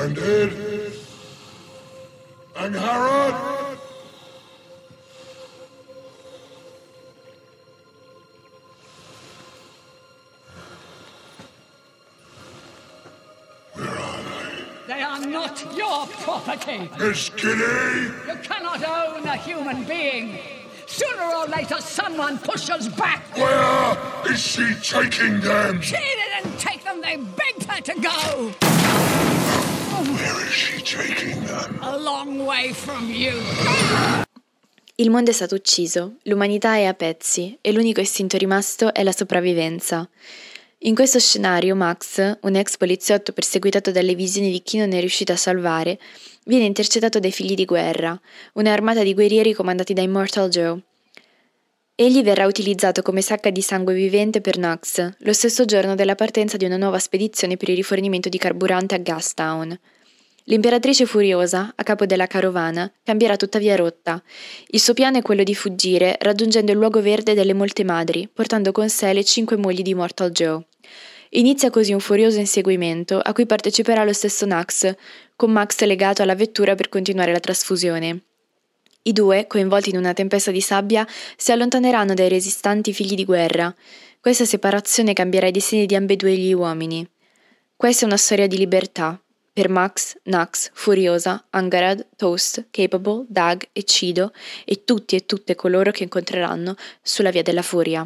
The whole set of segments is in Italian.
Splendid. Angharad. Where are they? They are not your property. Miss Kitty! You cannot own a human being. Sooner or later, someone pushes back. Where is she taking them? She didn't take them. They begged her to go. Where is she taking them? A long way from you. Il mondo è stato ucciso, l'umanità è a pezzi e l'unico istinto rimasto è la sopravvivenza. In questo scenario Max, un ex poliziotto perseguitato dalle visioni di chi non è riuscito a salvare, viene intercettato dai figli di guerra, un'armata di guerrieri comandati da Immortal Joe. Egli verrà utilizzato come sacca di sangue vivente per Nox, lo stesso giorno della partenza di una nuova spedizione per il rifornimento di carburante a Gastown. L'imperatrice furiosa, a capo della carovana, cambierà tuttavia rotta. Il suo piano è quello di fuggire, raggiungendo il luogo verde delle molte madri, portando con sé le 5 mogli di Immortal Joe. Inizia così un furioso inseguimento, a cui parteciperà lo stesso Nox, con Max legato alla vettura per continuare la trasfusione. I due, coinvolti in una tempesta di sabbia, si allontaneranno dai resistanti figli di guerra. Questa separazione cambierà i destini di ambedue gli uomini. Questa è una storia di libertà. Per Max, Nox, Furiosa, Angharad, Toast, Capable, Dag e Cido e tutti e tutte coloro che incontreranno sulla via della furia.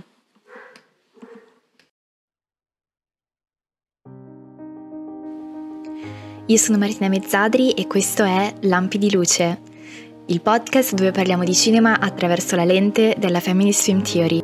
Io sono Martina Mezzadri e questo è Lampi di Luce, il podcast dove parliamo di cinema attraverso la lente della Feminist Film Theory.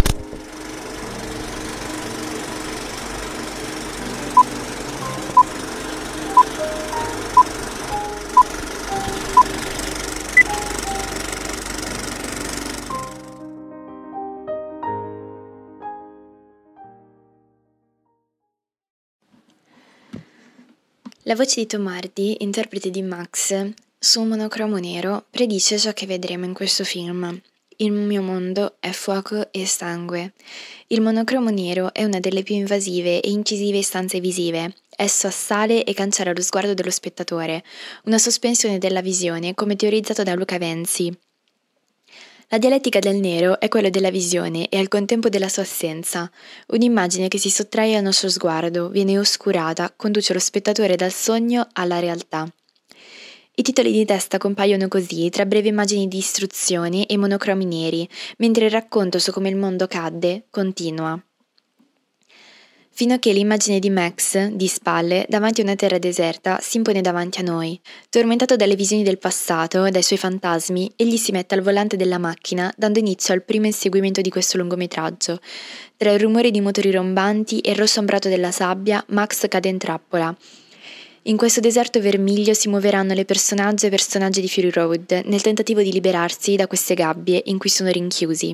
La voce di Tom Hardy, interprete di Max, su un monocromo nero, predice ciò che vedremo in questo film. Il mio mondo è fuoco e sangue. Il monocromo nero è una delle più invasive e incisive istanze visive. Esso assale e cancella lo sguardo dello spettatore, una sospensione della visione come teorizzato da Luca Venzi. La dialettica del nero è quella della visione e al contempo della sua assenza. Un'immagine che si sottrae al nostro sguardo, viene oscurata, conduce lo spettatore dal sogno alla realtà. I titoli di testa compaiono così tra brevi immagini di istruzioni e monocromi neri, mentre il racconto su come il mondo cadde continua. Fino a che l'immagine di Max, di spalle, davanti a una terra deserta, si impone davanti a noi. Tormentato dalle visioni del passato, dai suoi fantasmi, egli si mette al volante della macchina, dando inizio al primo inseguimento di questo lungometraggio. Tra il rumore di motori rombanti e il rosso ombrato della sabbia, Max cade in trappola. In questo deserto vermiglio si muoveranno le personaggi e personaggi di Fury Road, nel tentativo di liberarsi da queste gabbie in cui sono rinchiusi.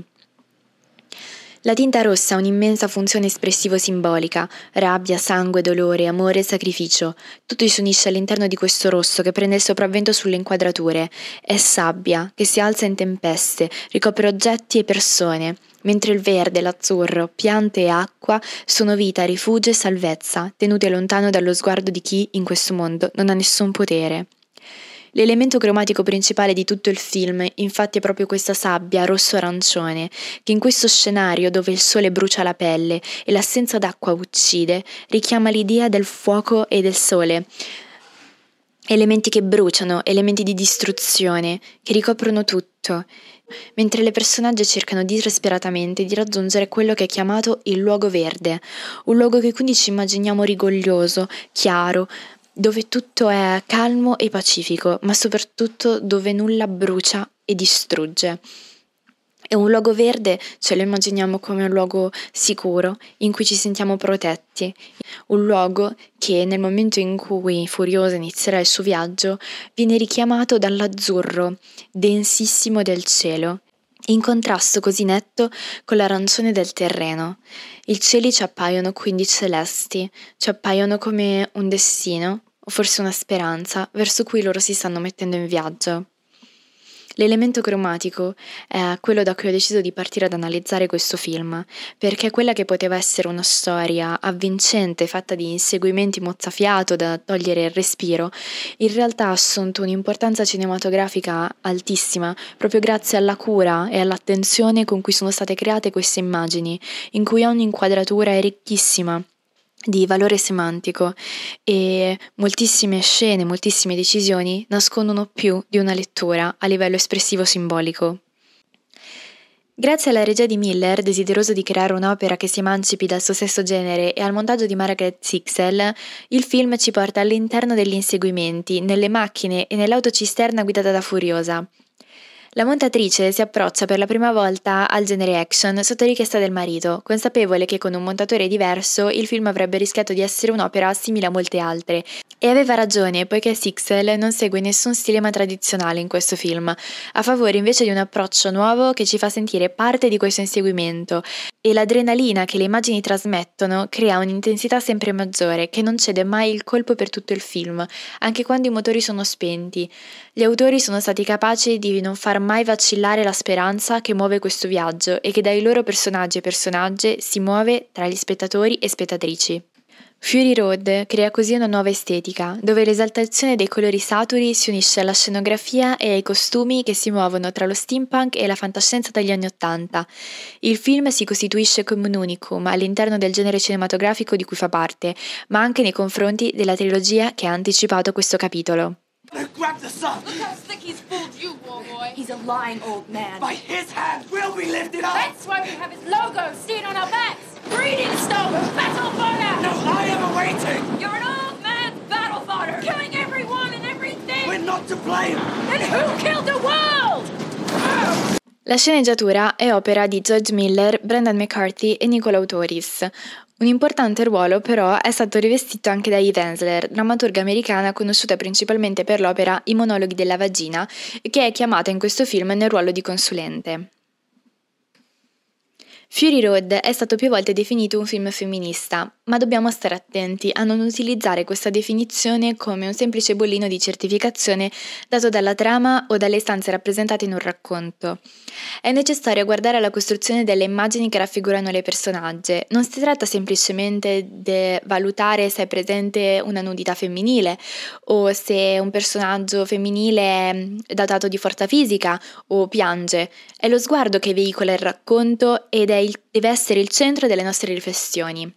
La tinta rossa ha un'immensa funzione espressivo-simbolica, rabbia, sangue, dolore, amore e sacrificio. Tutto si unisce all'interno di questo rosso che prende il sopravvento sulle inquadrature. È sabbia, che si alza in tempeste, ricopre oggetti e persone, mentre il verde, l'azzurro, piante e acqua sono vita, rifugio e salvezza, tenuti lontano dallo sguardo di chi, in questo mondo, non ha nessun potere. L'elemento cromatico principale di tutto il film, infatti, è proprio questa sabbia rosso-arancione, che in questo scenario dove il sole brucia la pelle e l'assenza d'acqua uccide, richiama l'idea del fuoco e del sole. Elementi che bruciano, elementi di distruzione, che ricoprono tutto, mentre le personaggi cercano disperatamente di raggiungere quello che è chiamato il luogo verde, un luogo che quindi ci immaginiamo rigoglioso, chiaro, dove tutto è calmo e pacifico, ma soprattutto dove nulla brucia e distrugge. E un luogo verde ce lo immaginiamo come un luogo sicuro, in cui ci sentiamo protetti, un luogo che nel momento in cui Furiosa inizierà il suo viaggio viene richiamato dall'azzurro densissimo del cielo, in contrasto così netto con l'arancione del terreno. I cieli ci appaiono quindi celesti, ci appaiono come un destino, o forse una speranza, verso cui loro si stanno mettendo in viaggio. L'elemento cromatico è quello da cui ho deciso di partire ad analizzare questo film, perché quella che poteva essere una storia avvincente, fatta di inseguimenti mozzafiato da togliere il respiro, in realtà ha assunto un'importanza cinematografica altissima, proprio grazie alla cura e all'attenzione con cui sono state create queste immagini, in cui ogni inquadratura è ricchissima di valore semantico e moltissime scene, moltissime decisioni nascondono più di una lettura a livello espressivo simbolico. Grazie alla regia di Miller, desideroso di creare un'opera che si emancipi dal suo stesso genere, e al montaggio di Margaret Sixel, il film ci porta all'interno degli inseguimenti, nelle macchine e nell'autocisterna guidata da Furiosa. La montatrice si approccia per la prima volta al genere action sotto richiesta del marito, consapevole che con un montatore diverso il film avrebbe rischiato di essere un'opera simile a molte altre. E aveva ragione, poiché Sixel non segue nessun stilema tradizionale in questo film, a favore invece di un approccio nuovo che ci fa sentire parte di questo inseguimento, e l'adrenalina che le immagini trasmettono crea un'intensità sempre maggiore, che non cede mai il colpo per tutto il film, anche quando i motori sono spenti. Gli autori sono stati capaci di non far mai vacillare la speranza che muove questo viaggio e che dai loro personaggi e personagge si muove tra gli spettatori e spettatrici. Fury Road crea così una nuova estetica, dove l'esaltazione dei colori saturi si unisce alla scenografia e ai costumi che si muovono tra lo steampunk e la fantascienza degli anni '80. Il film si costituisce come un unicum all'interno del genere cinematografico di cui fa parte, ma anche nei confronti della trilogia che ha anticipato questo capitolo. Grab the sun! Look how slick he's fooled you, war boy. He's a lying old man. By his hand will be lifted up! That's why we have his logo seen on our backs. Breeding stone, battle fodder! No, I am awaiting! You're an old man's battle fodder, killing everyone and everything! We're not to blame! Then who killed the world? La sceneggiatura è opera di George Miller, Brendan McCarthy e Nicola Autoris. Un importante ruolo però è stato rivestito anche da Eve Ensler, drammaturga americana conosciuta principalmente per l'opera I monologhi della vagina, che è chiamata in questo film nel ruolo di consulente. Fury Road è stato più volte definito un film femminista, ma dobbiamo stare attenti a non utilizzare questa definizione come un semplice bollino di certificazione dato dalla trama o dalle istanze rappresentate in un racconto. È necessario guardare alla costruzione delle immagini che raffigurano le personaggi. Non si tratta semplicemente di valutare se è presente una nudità femminile o se un personaggio femminile è dotato di forza fisica o piange. È lo sguardo che veicola il racconto ed deve essere il centro delle nostre riflessioni.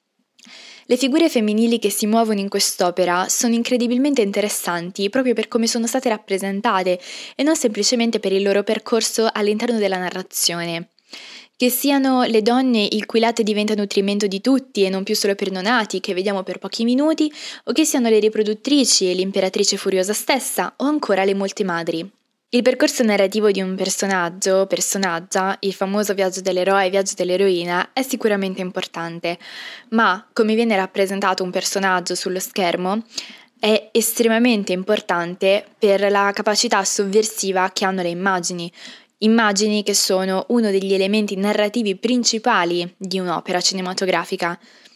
Le figure femminili che si muovono in quest'opera sono incredibilmente interessanti proprio per come sono state rappresentate e non semplicemente per il loro percorso all'interno della narrazione. Che siano le donne il cui latte diventa nutrimento di tutti e non più solo per i neonati che vediamo per pochi minuti, o che siano le riproduttrici e l'imperatrice furiosa stessa, o ancora le molte madri. Il percorso narrativo di un personaggia, il famoso viaggio dell'eroe e viaggio dell'eroina, è sicuramente importante, ma come viene rappresentato un personaggio sullo schermo è estremamente importante per la capacità sovversiva che hanno le immagini che sono uno degli elementi narrativi principali di un'opera cinematografica.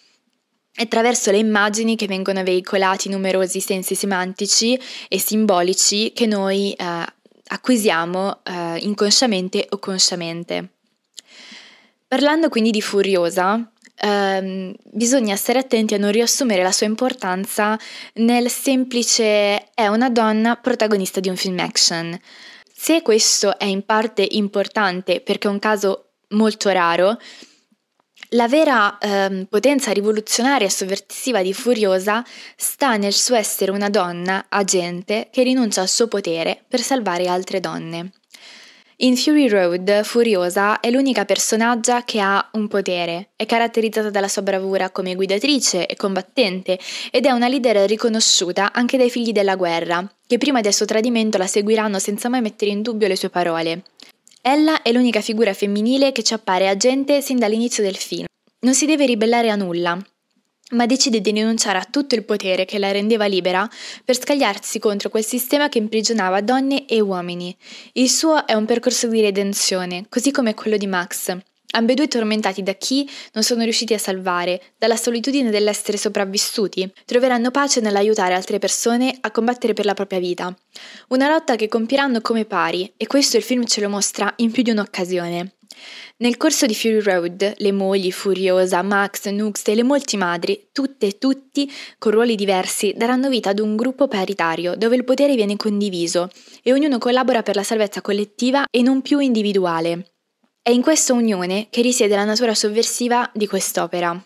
È attraverso le immagini che vengono veicolati numerosi sensi semantici e simbolici che noi acquisiamo inconsciamente o consciamente. Parlando quindi di Furiosa, bisogna stare attenti a non riassumere la sua importanza nel semplice è una donna protagonista di un film action. Se questo è in parte importante perché è un caso molto raro, la vera potenza rivoluzionaria e sovversiva di Furiosa sta nel suo essere una donna agente che rinuncia al suo potere per salvare altre donne. In Fury Road, Furiosa è l'unica personaggia che ha un potere, è caratterizzata dalla sua bravura come guidatrice e combattente ed è una leader riconosciuta anche dai figli della guerra, che prima del suo tradimento la seguiranno senza mai mettere in dubbio le sue parole. Ella è l'unica figura femminile che ci appare agente sin dall'inizio del film. Non si deve ribellare a nulla, ma decide di rinunciare a tutto il potere che la rendeva libera per scagliarsi contro quel sistema che imprigionava donne e uomini. Il suo è un percorso di redenzione, così come quello di Max. ambedue tormentati da chi non sono riusciti a salvare, dalla solitudine dell'essere sopravvissuti, troveranno pace nell'aiutare altre persone a combattere per la propria vita. Una lotta che compieranno come pari, e questo il film ce lo mostra in più di un'occasione. Nel corso di Fury Road, le mogli, Furiosa, Max, Nux e le molti madri, tutte e tutti con ruoli diversi, daranno vita ad un gruppo paritario dove il potere viene condiviso e ognuno collabora per la salvezza collettiva e non più individuale. È in questa unione che risiede la natura sovversiva di quest'opera.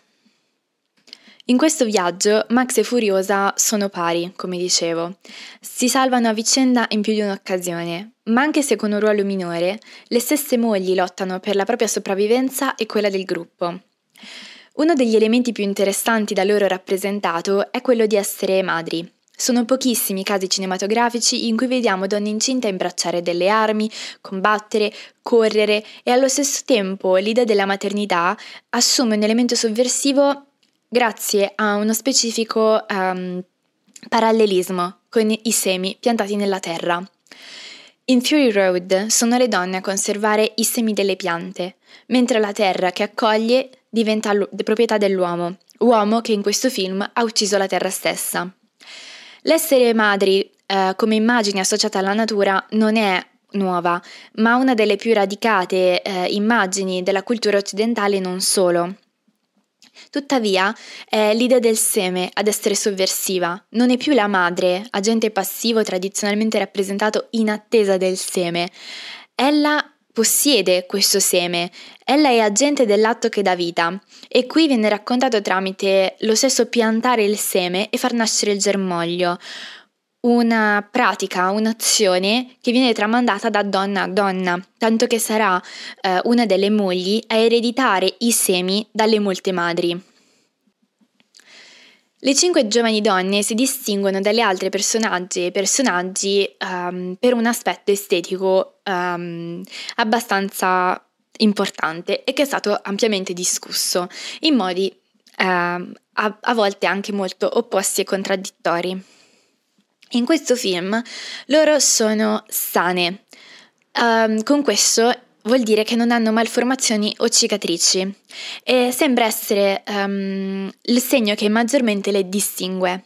In questo viaggio Max e Furiosa sono pari, come dicevo. Si salvano a vicenda in più di un'occasione, ma anche se con un ruolo minore, le stesse mogli lottano per la propria sopravvivenza e quella del gruppo. Uno degli elementi più interessanti da loro rappresentato è quello di essere madri. Sono pochissimi i casi cinematografici in cui vediamo donne incinte imbracciare delle armi, combattere, correre e allo stesso tempo l'idea della maternità assume un elemento sovversivo grazie a uno specifico parallelismo con i semi piantati nella terra. In Fury Road sono le donne a conservare i semi delle piante, mentre la terra che accoglie diventa proprietà dell'uomo, uomo che in questo film ha ucciso la terra stessa. L'essere madri come immagine associata alla natura non è nuova, ma una delle più radicate immagini della cultura occidentale non solo. Tuttavia, è l'idea del seme ad essere sovversiva. Non è più la madre, agente passivo tradizionalmente rappresentato in attesa del seme. Ella possiede questo seme, ella è agente dell'atto che dà vita. E qui viene raccontato tramite lo stesso piantare il seme e far nascere il germoglio. Una pratica, un'azione che viene tramandata da donna a donna, tanto che sarà una delle mogli a ereditare i semi dalle molte madri. Le 5 giovani donne si distinguono dalle altre personaggi per un aspetto estetico abbastanza importante e che è stato ampiamente discusso in modi a volte anche molto opposti e contraddittori. In questo film loro sono sane, con questo vuol dire che non hanno malformazioni o cicatrici e sembra essere il segno che maggiormente le distingue.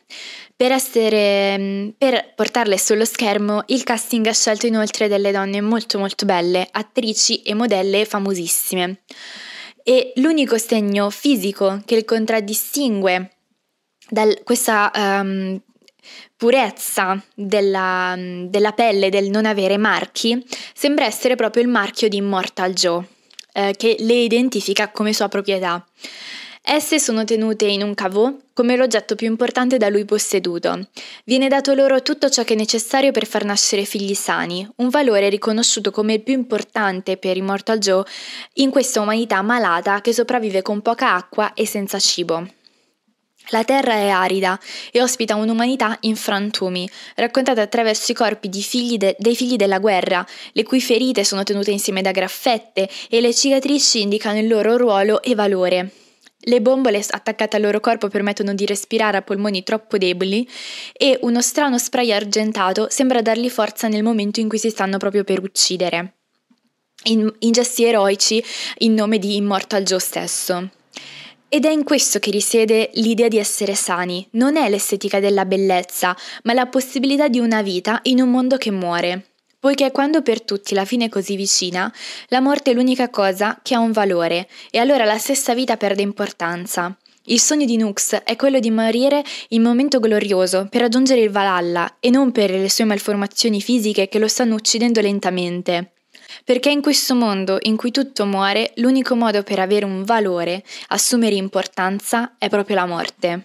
Per portarle sullo schermo il casting ha scelto inoltre delle donne molto molto belle, attrici e modelle famosissime. E l'unico segno fisico che le contraddistingue da questa purezza della pelle, del non avere marchi, sembra essere proprio il marchio di Immortal Joe, che le identifica come sua proprietà. Esse sono tenute in un caveau come l'oggetto più importante da lui posseduto. Viene dato loro tutto ciò che è necessario per far nascere figli sani, un valore riconosciuto come il più importante per Immortal Joe in questa umanità malata che sopravvive con poca acqua e senza cibo. La terra è arida e ospita un'umanità in frantumi, raccontata attraverso i corpi dei figli della guerra, le cui ferite sono tenute insieme da graffette e le cicatrici indicano il loro ruolo e valore. Le bombole attaccate al loro corpo permettono di respirare a polmoni troppo deboli e uno strano spray argentato sembra dargli forza nel momento in cui si stanno proprio per uccidere, in gesti eroici in nome di Immortal Joe stesso. Ed è in questo che risiede l'idea di essere sani. Non è l'estetica della bellezza, ma la possibilità di una vita in un mondo che muore. Poiché quando per tutti la fine è così vicina, la morte è l'unica cosa che ha un valore, e allora la stessa vita perde importanza. Il sogno di Nux è quello di morire in momento glorioso per raggiungere il Valhalla e non per le sue malformazioni fisiche che lo stanno uccidendo lentamente. Perché in questo mondo in cui tutto muore, l'unico modo per avere un valore, assumere importanza, è proprio la morte.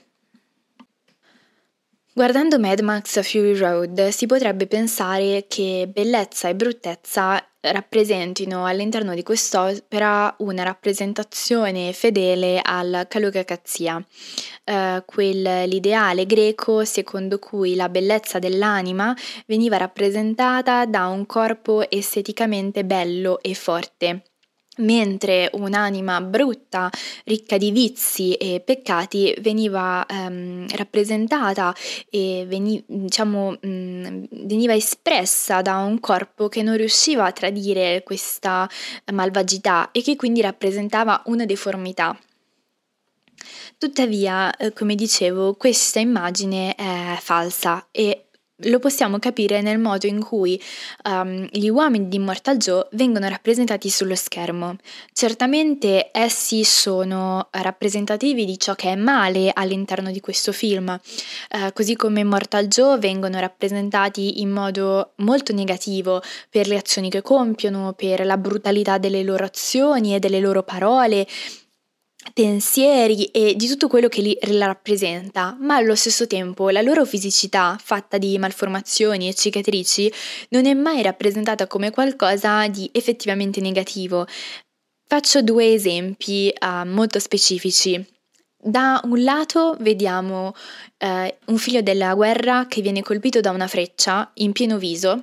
Guardando Mad Max Fury Road si potrebbe pensare che bellezza e bruttezza rappresentino all'interno di quest'opera una rappresentazione fedele al Kalogakazzia, l'ideale greco secondo cui la bellezza dell'anima veniva rappresentata da un corpo esteticamente bello e forte. mentre un'anima brutta, ricca di vizi e peccati, veniva rappresentata e veniva espressa da un corpo che non riusciva a tradire questa malvagità e che quindi rappresentava una deformità. Tuttavia, come dicevo, questa immagine è falsa e lo possiamo capire nel modo in cui gli uomini di Immortal Joe vengono rappresentati sullo schermo. Certamente essi sono rappresentativi di ciò che è male all'interno di questo film, così come Immortal Joe vengono rappresentati in modo molto negativo per le azioni che compiono, per la brutalità delle loro azioni e delle loro parole, pensieri e di tutto quello che li rappresenta, ma allo stesso tempo la loro fisicità, fatta di malformazioni e cicatrici, non è mai rappresentata come qualcosa di effettivamente negativo. Faccio 2 esempi molto specifici. Da un lato vediamo un figlio della guerra che viene colpito da una freccia in pieno viso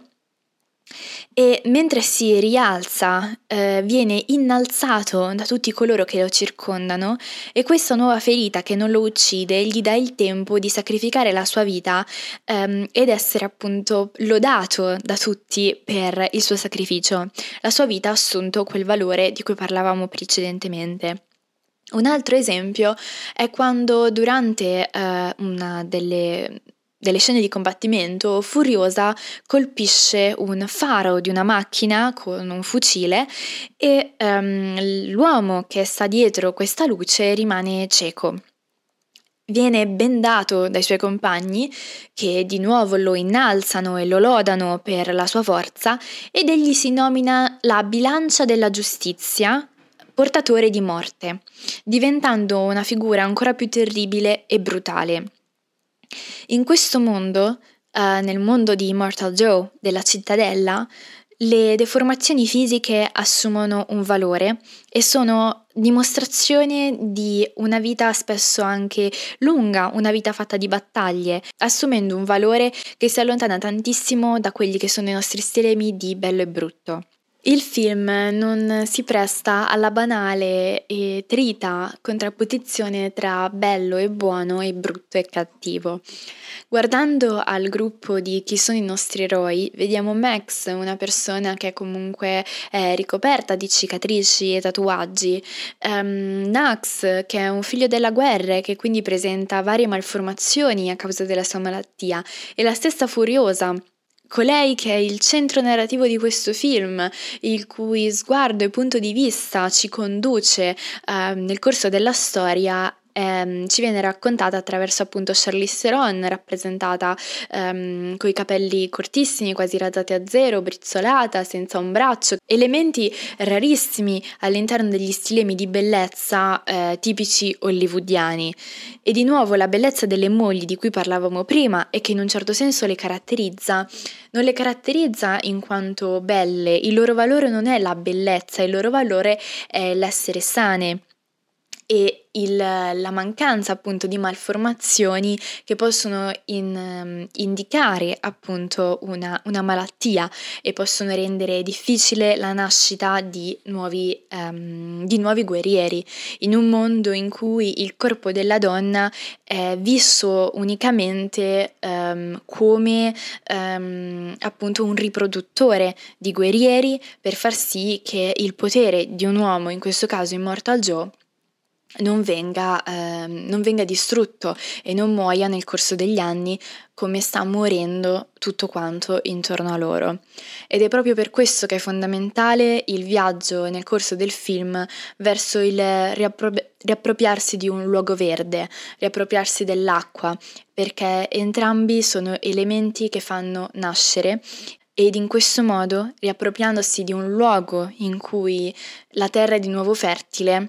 e mentre si rialza viene innalzato da tutti coloro che lo circondano e questa nuova ferita che non lo uccide gli dà il tempo di sacrificare la sua vita ed essere appunto lodato da tutti per il suo sacrificio. La sua vita ha assunto quel valore di cui parlavamo precedentemente. Un altro esempio è quando durante una delle scene di combattimento Furiosa colpisce un faro di una macchina con un fucile e l'uomo che sta dietro questa luce rimane cieco. Viene bendato dai suoi compagni che di nuovo lo innalzano e lo lodano per la sua forza ed egli si nomina la bilancia della giustizia, portatore di morte, diventando una figura ancora più terribile e brutale. In questo mondo, nel mondo di Immortal Joe, della cittadella, le deformazioni fisiche assumono un valore e sono dimostrazione di una vita spesso anche lunga, una vita fatta di battaglie, assumendo un valore che si allontana tantissimo da quelli che sono i nostri stilemi di bello e brutto. Il film non si presta alla banale e trita contrapposizione tra bello e buono e brutto e cattivo. Guardando al gruppo di chi sono i nostri eroi, vediamo Max, una persona che comunque è ricoperta di cicatrici e tatuaggi, Nax, che è un figlio della guerra e che quindi presenta varie malformazioni a causa della sua malattia, e la stessa Furiosa, colei che è il centro narrativo di questo film, il cui sguardo e punto di vista ci conduce nel corso della storia, ci viene raccontata attraverso appunto Charlize Theron, rappresentata coi capelli cortissimi, quasi rasati a zero, brizzolata, senza un braccio, elementi rarissimi all'interno degli stilemi di bellezza tipici hollywoodiani. E di nuovo la bellezza delle mogli di cui parlavamo prima e che in un certo senso le caratterizza, non le caratterizza in quanto belle, il loro valore non è la bellezza, il loro valore è l'essere sane e la mancanza appunto di malformazioni che possono indicare appunto una malattia e possono rendere difficile la nascita di nuovi guerrieri in un mondo in cui il corpo della donna è visto unicamente come appunto un riproduttore di guerrieri per far sì che il potere di un uomo, in questo caso Immortal Joe, non venga distrutto e non muoia nel corso degli anni come sta morendo tutto quanto intorno a loro. Ed è proprio per questo che è fondamentale il viaggio nel corso del film verso il riappropriarsi di un luogo verde, riappropriarsi dell'acqua, perché entrambi sono elementi che fanno nascere. Ed in questo modo, riappropriandosi di un luogo in cui la terra è di nuovo fertile,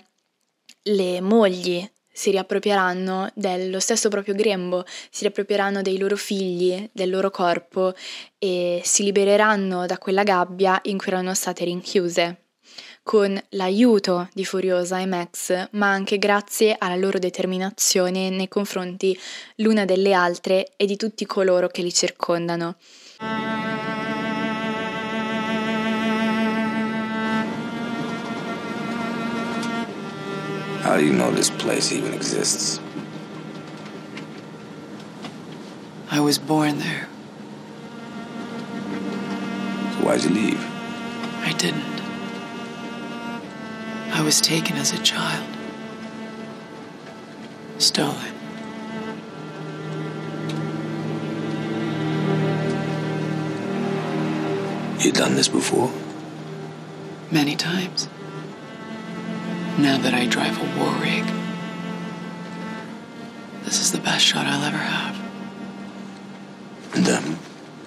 le mogli si riapproprieranno dello stesso proprio grembo, si riapproprieranno dei loro figli, del loro corpo e si libereranno da quella gabbia in cui erano state rinchiuse, con l'aiuto di Furiosa e Max, ma anche grazie alla loro determinazione nei confronti l'una delle altre e di tutti coloro che li circondano. How do you know this place even exists? I was born there. So why'd you leave? I didn't. I was taken as a child. Stolen. You done this before? Many times. Now that I drive a war rig, this is the best shot I'll ever have. And them?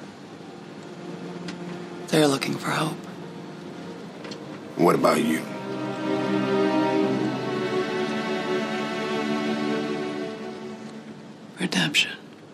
They're looking for hope. What about you? Redemption.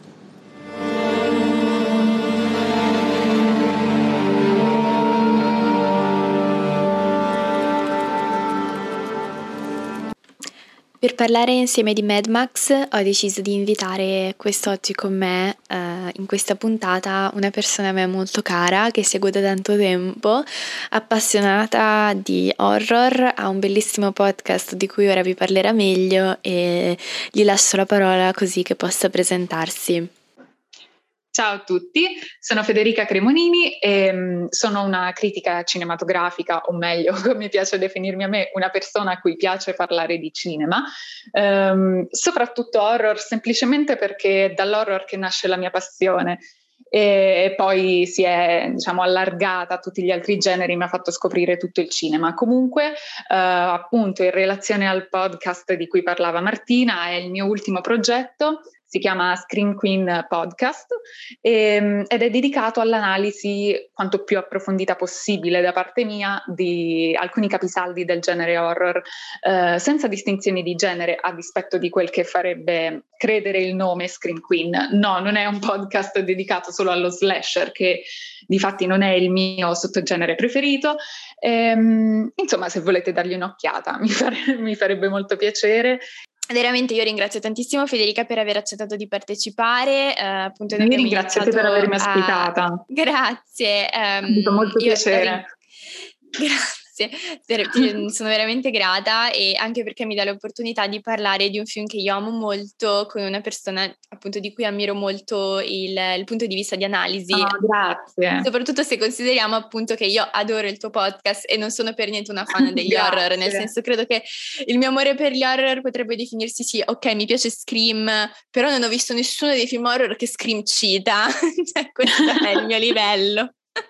Per parlare insieme di Mad Max ho deciso di invitare quest'oggi con me in questa puntata una persona a me molto cara che seguo da tanto tempo, appassionata di horror, ha un bellissimo podcast di cui ora vi parlerà meglio e gli lascio la parola così che possa presentarsi. Ciao a tutti, sono Federica Cremonini e sono una critica cinematografica, o meglio, come piace definirmi a me, una persona a cui piace parlare di cinema, soprattutto horror, semplicemente perché è dall'horror che nasce la mia passione e poi si è, diciamo, allargata a tutti gli altri generi, mi ha fatto scoprire tutto il cinema. Comunque, appunto, in relazione al podcast di cui parlava Martina, è il mio ultimo progetto. Si chiama Scream Queen Podcast ed è dedicato all'analisi quanto più approfondita possibile da parte mia di alcuni capisaldi del genere horror, senza distinzioni di genere, a dispetto di quel che farebbe credere il nome Scream Queen. No, non è un podcast dedicato solo allo slasher, che difatti non è il mio sottogenere preferito. Insomma, se volete dargli un'occhiata, mi farebbe molto piacere. Veramente io ringrazio tantissimo Federica per aver accettato di partecipare. Appunto, io ringrazio te per avermi ospitata. Grazie. Mi fa molto piacere. Grazie, sono veramente grata, e anche perché mi dà l'opportunità di parlare di un film che io amo molto con una persona appunto di cui ammiro molto il punto di vista di analisi. Grazie. Soprattutto se consideriamo appunto che io adoro il tuo podcast e non sono per niente una fan degli horror, nel senso credo che il mio amore per gli horror potrebbe definirsi sì, ok, mi piace Scream, però non ho visto nessuno dei film horror che Scream cita, cioè questo è il mio livello.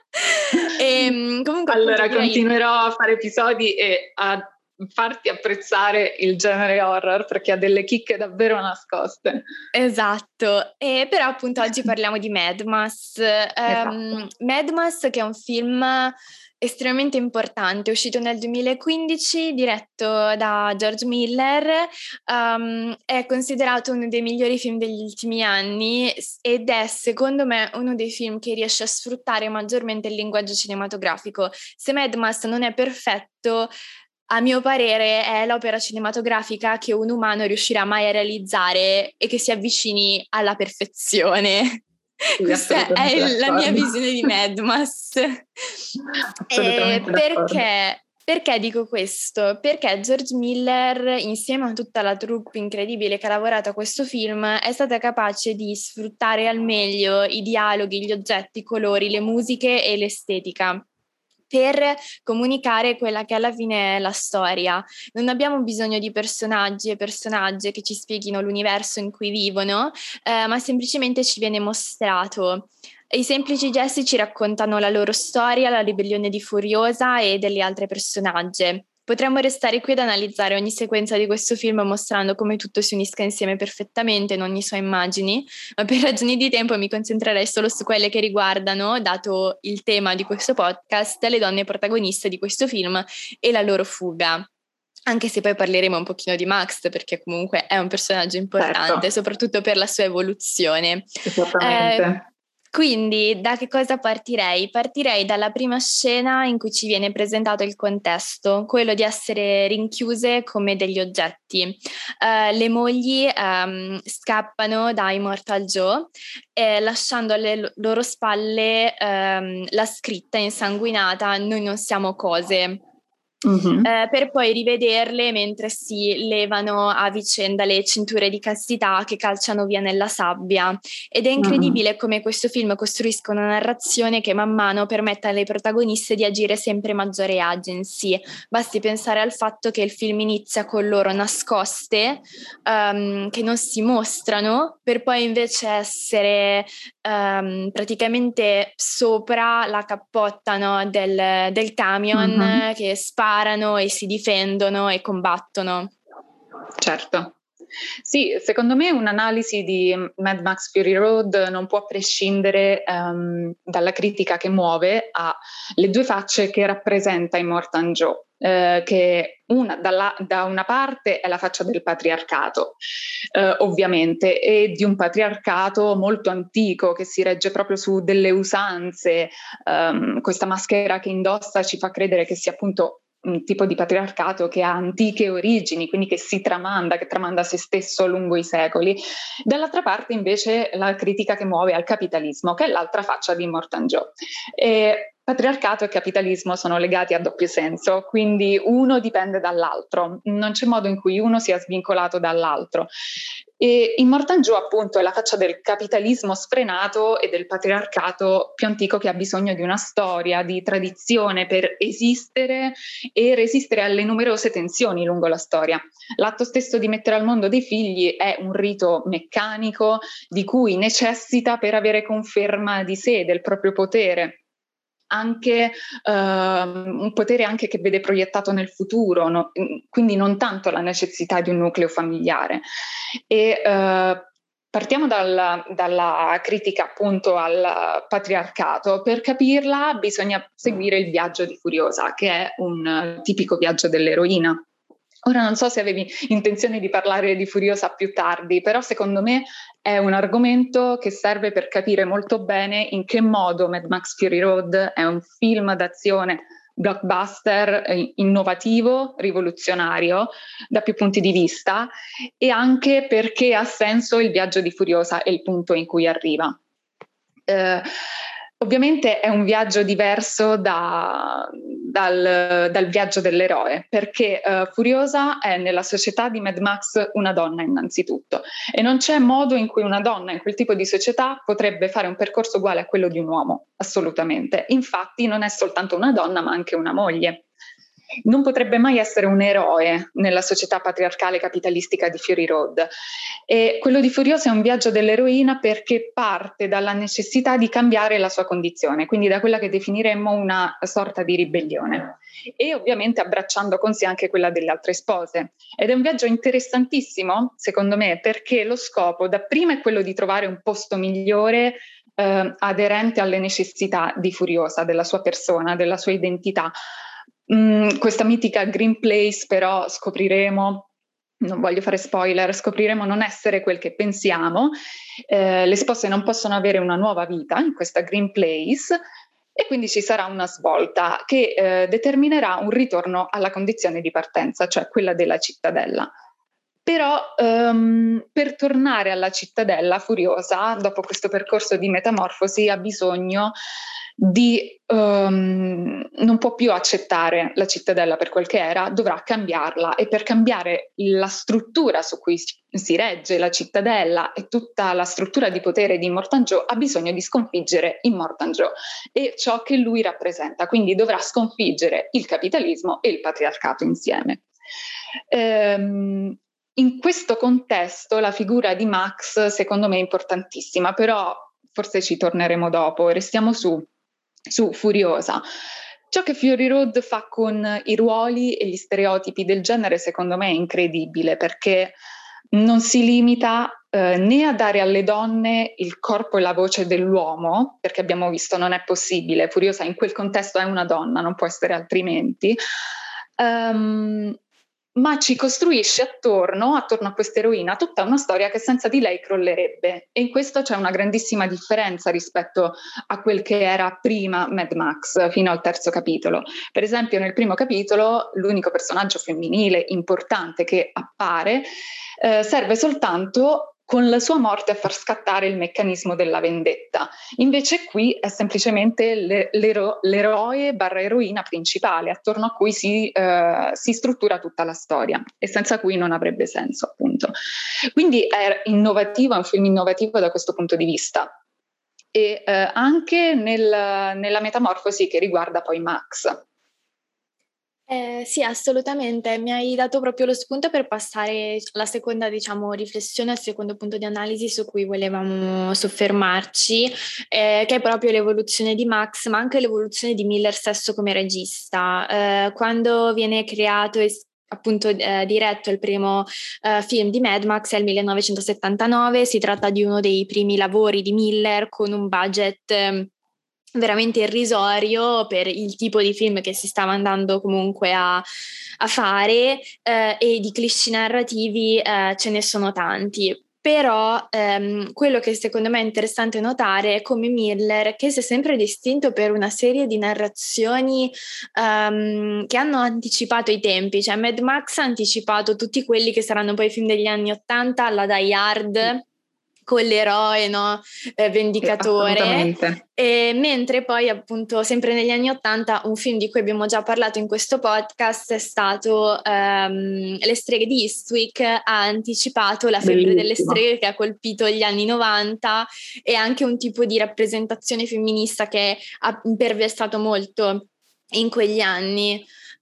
E, comunque, allora appunto, continuerò a fare episodi e a farti apprezzare il genere horror, perché ha delle chicche davvero nascoste. Esatto, però appunto oggi parliamo di Mad Max. Esatto. Mad Max, che è un film estremamente importante, è uscito nel 2015, diretto da George Miller, è considerato uno dei migliori film degli ultimi anni ed è secondo me uno dei film che riesce a sfruttare maggiormente il linguaggio cinematografico. Se Mad Max non è perfetto, a mio parere è l'opera cinematografica che un umano riuscirà mai a realizzare e che si avvicini alla perfezione. Questa è la mia visione di Mad Max. Perché dico questo? Perché George Miller, insieme a tutta la troupe incredibile che ha lavorato a questo film, è stata capace di sfruttare al meglio i dialoghi, gli oggetti, i colori, le musiche e l'estetica per comunicare quella che alla fine è la storia. Non abbiamo bisogno di personaggi e personagge che ci spieghino l'universo in cui vivono, ma semplicemente ci viene mostrato. I semplici gesti ci raccontano la loro storia, la ribellione di Furiosa e delle altre personagge. Potremmo restare qui ad analizzare ogni sequenza di questo film mostrando come tutto si unisca insieme perfettamente in ogni sua immagini, ma per ragioni di tempo mi concentrerei solo su quelle che riguardano, dato il tema di questo podcast, le donne protagoniste di questo film e la loro fuga. Anche se poi parleremo un pochino di Max, perché comunque è un personaggio importante, certo, soprattutto per la sua evoluzione. Esattamente. Quindi da che cosa partirei? Partirei dalla prima scena in cui ci viene presentato il contesto, quello di essere rinchiuse come degli oggetti. Le mogli scappano da Immortal Joe, lasciando alle loro spalle la scritta insanguinata: noi non siamo cose. per poi rivederle mentre si levano a vicenda le cinture di castità che calciano via nella sabbia. Ed è incredibile come questo film costruisca una narrazione che man mano permette alle protagoniste di agire sempre maggiore agency. Basti pensare al fatto che il film inizia con loro nascoste, che non si mostrano, per poi invece essere praticamente sopra la cappotta, no, del camion, che sparano e si difendono e combattono. Certo. Sì, secondo me un'analisi di Mad Max Fury Road non può prescindere dalla critica che muove alle due facce che rappresenta Immortan Joe, che da una parte è la faccia del patriarcato, ovviamente, e di un patriarcato molto antico che si regge proprio su delle usanze. Questa maschera che indossa ci fa credere che sia appunto un tipo di patriarcato che ha antiche origini, quindi che tramanda se stesso lungo i secoli. Dall'altra parte invece la critica che muove al capitalismo, che è l'altra faccia di Immortan Joe. Patriarcato e capitalismo sono legati a doppio senso, quindi uno dipende dall'altro, non c'è modo in cui uno sia svincolato dall'altro. E Immortan Joe appunto è la faccia del capitalismo sfrenato e del patriarcato più antico che ha bisogno di una storia, di tradizione per esistere e resistere alle numerose tensioni lungo la storia. L'atto stesso di mettere al mondo dei figli è un rito meccanico di cui necessita per avere conferma di sé, del proprio potere. Anche un potere anche che vede proiettato nel futuro, no? Quindi non tanto la necessità di un nucleo familiare. E partiamo dalla critica appunto al patriarcato. Per capirla bisogna seguire il viaggio di Furiosa, che è un tipico viaggio dell'eroina. Ora non so se avevi intenzione di parlare di Furiosa più tardi, però secondo me è un argomento che serve per capire molto bene in che modo Mad Max Fury Road è un film d'azione blockbuster, innovativo, rivoluzionario da più punti di vista, e anche perché ha senso il viaggio di Furiosa e il punto in cui arriva. Ovviamente è un viaggio diverso dal viaggio dell'eroe, perché Furiosa è nella società di Mad Max una donna innanzitutto, e non c'è modo in cui una donna in quel tipo di società potrebbe fare un percorso uguale a quello di un uomo, assolutamente. Infatti non è soltanto una donna ma anche una moglie. Non potrebbe mai essere un eroe nella società patriarcale capitalistica di Fury Road. E quello di Furiosa è un viaggio dell'eroina perché parte dalla necessità di cambiare la sua condizione, quindi da quella che definiremmo una sorta di ribellione, e ovviamente abbracciando con sé anche quella delle altre spose. Ed è un viaggio interessantissimo, secondo me, perché lo scopo dapprima è quello di trovare un posto migliore aderente alle necessità di Furiosa, della sua persona, della sua identità. Questa mitica Green Place però scopriremo, non voglio fare spoiler, scopriremo non essere quel che pensiamo. Le spose non possono avere una nuova vita in questa Green Place, e quindi ci sarà una svolta che determinerà un ritorno alla condizione di partenza, cioè quella della cittadella. Però per tornare alla cittadella Furiosa, dopo questo percorso di metamorfosi, ha bisogno di non può più accettare la cittadella per quel che era, dovrà cambiarla, e per cambiare la struttura su cui si regge la cittadella e tutta la struttura di potere di Immortan Joe ha bisogno di sconfiggere Immortan Joe e ciò che lui rappresenta, quindi dovrà sconfiggere il capitalismo e il patriarcato insieme. In questo contesto la figura di Max secondo me è importantissima, però forse ci torneremo dopo, restiamo su Furiosa. Ciò che Fury Road fa con i ruoli e gli stereotipi del genere secondo me è incredibile, perché non si limita né a dare alle donne il corpo e la voce dell'uomo, perché abbiamo visto non è possibile, Furiosa in quel contesto è una donna, non può essere altrimenti, ma ci costruisce attorno a questa eroina tutta una storia che senza di lei crollerebbe, e in questo c'è una grandissima differenza rispetto a quel che era prima Mad Max fino al terzo capitolo. Per esempio nel primo capitolo l'unico personaggio femminile importante che appare serve soltanto con la sua morte a far scattare il meccanismo della vendetta. Invece qui è semplicemente l'eroe barra eroina principale, attorno a cui si struttura tutta la storia, e senza cui non avrebbe senso, appunto. Quindi è innovativo, è un film innovativo da questo punto di vista, e anche nella metamorfosi che riguarda poi Max. Sì, assolutamente, mi hai dato proprio lo spunto per passare alla seconda, diciamo, riflessione, al secondo punto di analisi su cui volevamo soffermarci, che è proprio l'evoluzione di Max, ma anche l'evoluzione di Miller stesso come regista. Quando viene creato e appunto diretto il primo film di Mad Max è il 1979, si tratta di uno dei primi lavori di Miller con un budget veramente irrisorio per il tipo di film che si stava andando comunque a fare, e di cliché narrativi ce ne sono tanti. Però quello che secondo me è interessante notare è come Miller, che si è sempre distinto per una serie di narrazioni che hanno anticipato i tempi, cioè Mad Max ha anticipato tutti quelli che saranno poi i film degli anni '80, alla Die Hard, con l'eroe, no? Vendicatore, e mentre poi appunto sempre negli anni '80 un film di cui abbiamo già parlato in questo podcast è stato Le streghe di Eastwick, ha anticipato la febbre delle streghe che ha colpito gli anni '90, e anche un tipo di rappresentazione femminista che ha imperversato molto in quegli anni.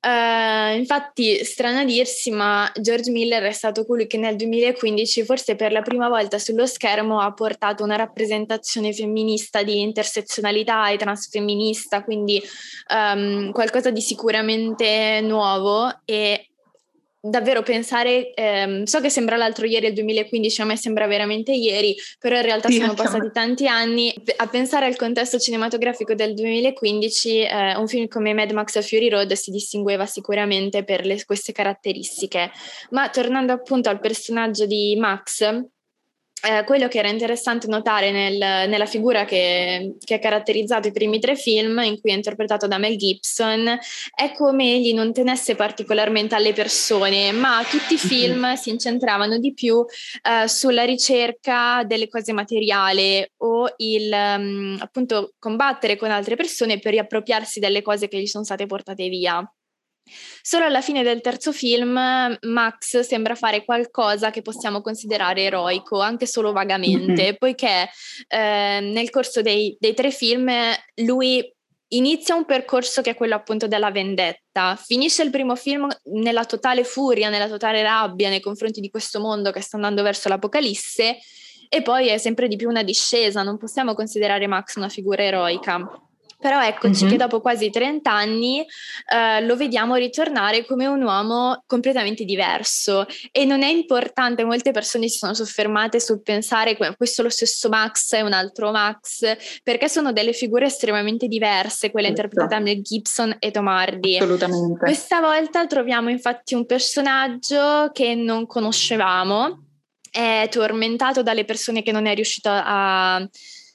Infatti, strano a dirsi, ma George Miller è stato colui che nel 2015 forse per la prima volta sullo schermo ha portato una rappresentazione femminista di intersezionalità e transfemminista, quindi qualcosa di sicuramente nuovo. E davvero pensare, so che sembra l'altro ieri, il 2015, a me sembra veramente ieri, però in realtà sono passati tanti anni. A pensare al contesto cinematografico del 2015, un film come Mad Max Fury Road si distingueva sicuramente per queste caratteristiche. Ma tornando appunto al personaggio di Max, quello che era interessante notare nella figura che ha caratterizzato i primi 3 film, in cui è interpretato da Mel Gibson, è come egli non tenesse particolarmente alle persone, ma tutti i film si incentravano di più sulla ricerca delle cose materiali o il appunto combattere con altre persone per riappropriarsi delle cose che gli sono state portate via. Solo alla fine del terzo film Max sembra fare qualcosa che possiamo considerare eroico, anche solo vagamente, poiché nel corso dei 3 film lui inizia un percorso che è quello appunto della vendetta, finisce il primo film nella totale furia, nella totale rabbia nei confronti di questo mondo che sta andando verso l'apocalisse, e poi è sempre di più una discesa. Non possiamo considerare Max una figura eroica. Però eccoci che dopo quasi 30 anni lo vediamo ritornare come un uomo completamente diverso, e non è importante, molte persone si sono soffermate sul pensare questo è lo stesso Max, è un altro Max, perché sono delle figure estremamente diverse, quelle interpretate da Mel Gibson e Tom Hardy. Assolutamente. Questa volta troviamo infatti un personaggio che non conoscevamo, è tormentato dalle persone che non è riuscito a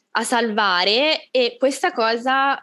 salvare, e questa cosa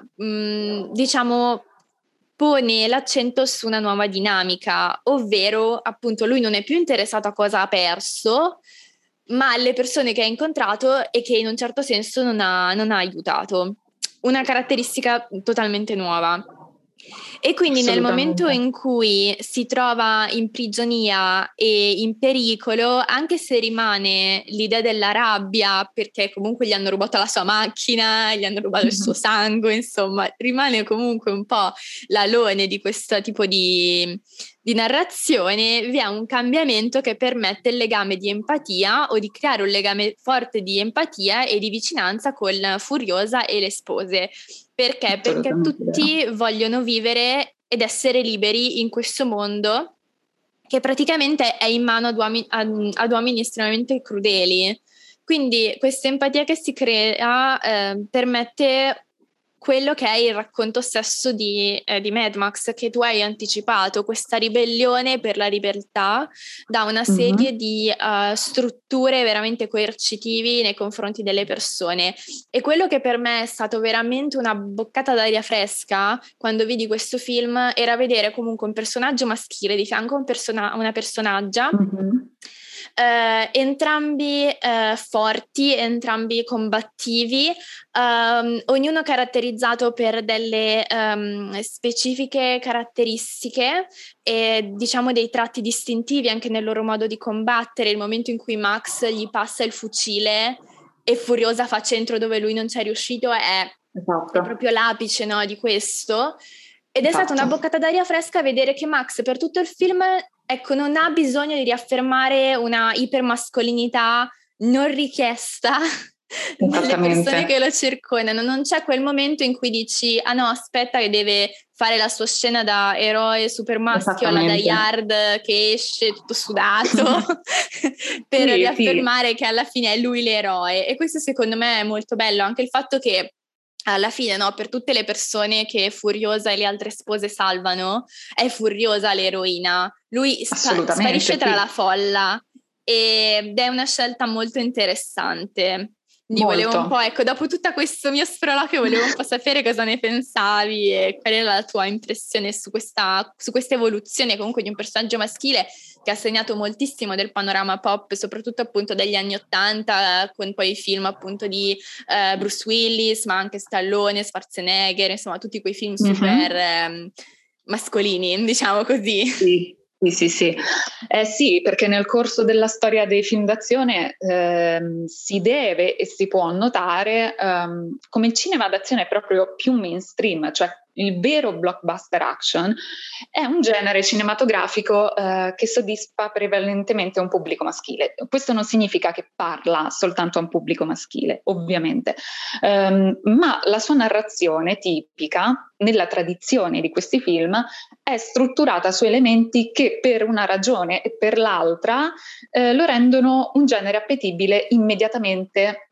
diciamo pone l'accento su una nuova dinamica, ovvero appunto lui non è più interessato a cosa ha perso, ma alle persone che ha incontrato e che in un certo senso non ha aiutato. Una caratteristica totalmente nuova. E quindi nel momento in cui si trova in prigionia e in pericolo, anche se rimane l'idea della rabbia, perché comunque gli hanno rubato la sua macchina, gli hanno rubato il suo sangue, insomma, rimane comunque un po' l'alone di questo tipo di narrazione, vi è un cambiamento che permette il legame di empatia, o di creare un legame forte di empatia e di vicinanza con Furiosa e le spose. Perché? Perché tutti vogliono vivere ed essere liberi in questo mondo che praticamente è in mano ad uomini estremamente crudeli. Quindi questa empatia che si crea permette quello che è il racconto stesso di Mad Max, che tu hai anticipato, questa ribellione per la libertà da una serie di strutture veramente coercitivi nei confronti delle persone. E quello che per me è stato veramente una boccata d'aria fresca quando vidi questo film era vedere comunque un personaggio maschile di fianco a una personaggia entrambi forti, entrambi combattivi, ognuno caratterizzato per delle specifiche caratteristiche e diciamo dei tratti distintivi anche nel loro modo di combattere. Il momento in cui Max gli passa il fucile e Furiosa fa centro dove lui non c'è riuscito è proprio l'apice, no, di questo. Ed è stata una boccata d'aria fresca vedere che Max per tutto il film, ecco, non ha bisogno di riaffermare una ipermascolinità non richiesta delle persone che lo circondano. Non c'è quel momento in cui dici ah no, aspetta che deve fare la sua scena da eroe super maschio alla Die Hard che esce tutto sudato per riaffermare che alla fine è lui l'eroe. E questo secondo me è molto bello, anche il fatto che alla fine, no, per tutte le persone che Furiosa e le altre spose salvano, è Furiosa l'eroina. Lui sparisce tra la folla ed è una scelta molto interessante. Quindi volevo un po', ecco, dopo tutto questo mio sproloquio volevo un po' sapere cosa ne pensavi e qual era la tua impressione su questa evoluzione comunque di un personaggio maschile che ha segnato moltissimo del panorama pop, soprattutto appunto degli anni *80, con poi i film appunto di Bruce Willis, ma anche Stallone, Schwarzenegger, insomma tutti quei film super mascolini, diciamo così. Sì. Sì, perché nel corso della storia dei film d'azione si deve e si può notare come il cinema d'azione è proprio più mainstream, cioè il vero blockbuster action è un genere cinematografico che soddisfa prevalentemente un pubblico maschile. Questo non significa che parla soltanto a un pubblico maschile, ovviamente, ma la sua narrazione tipica nella tradizione di questi film è strutturata su elementi che per una ragione e per l'altra lo rendono un genere appetibile immediatamente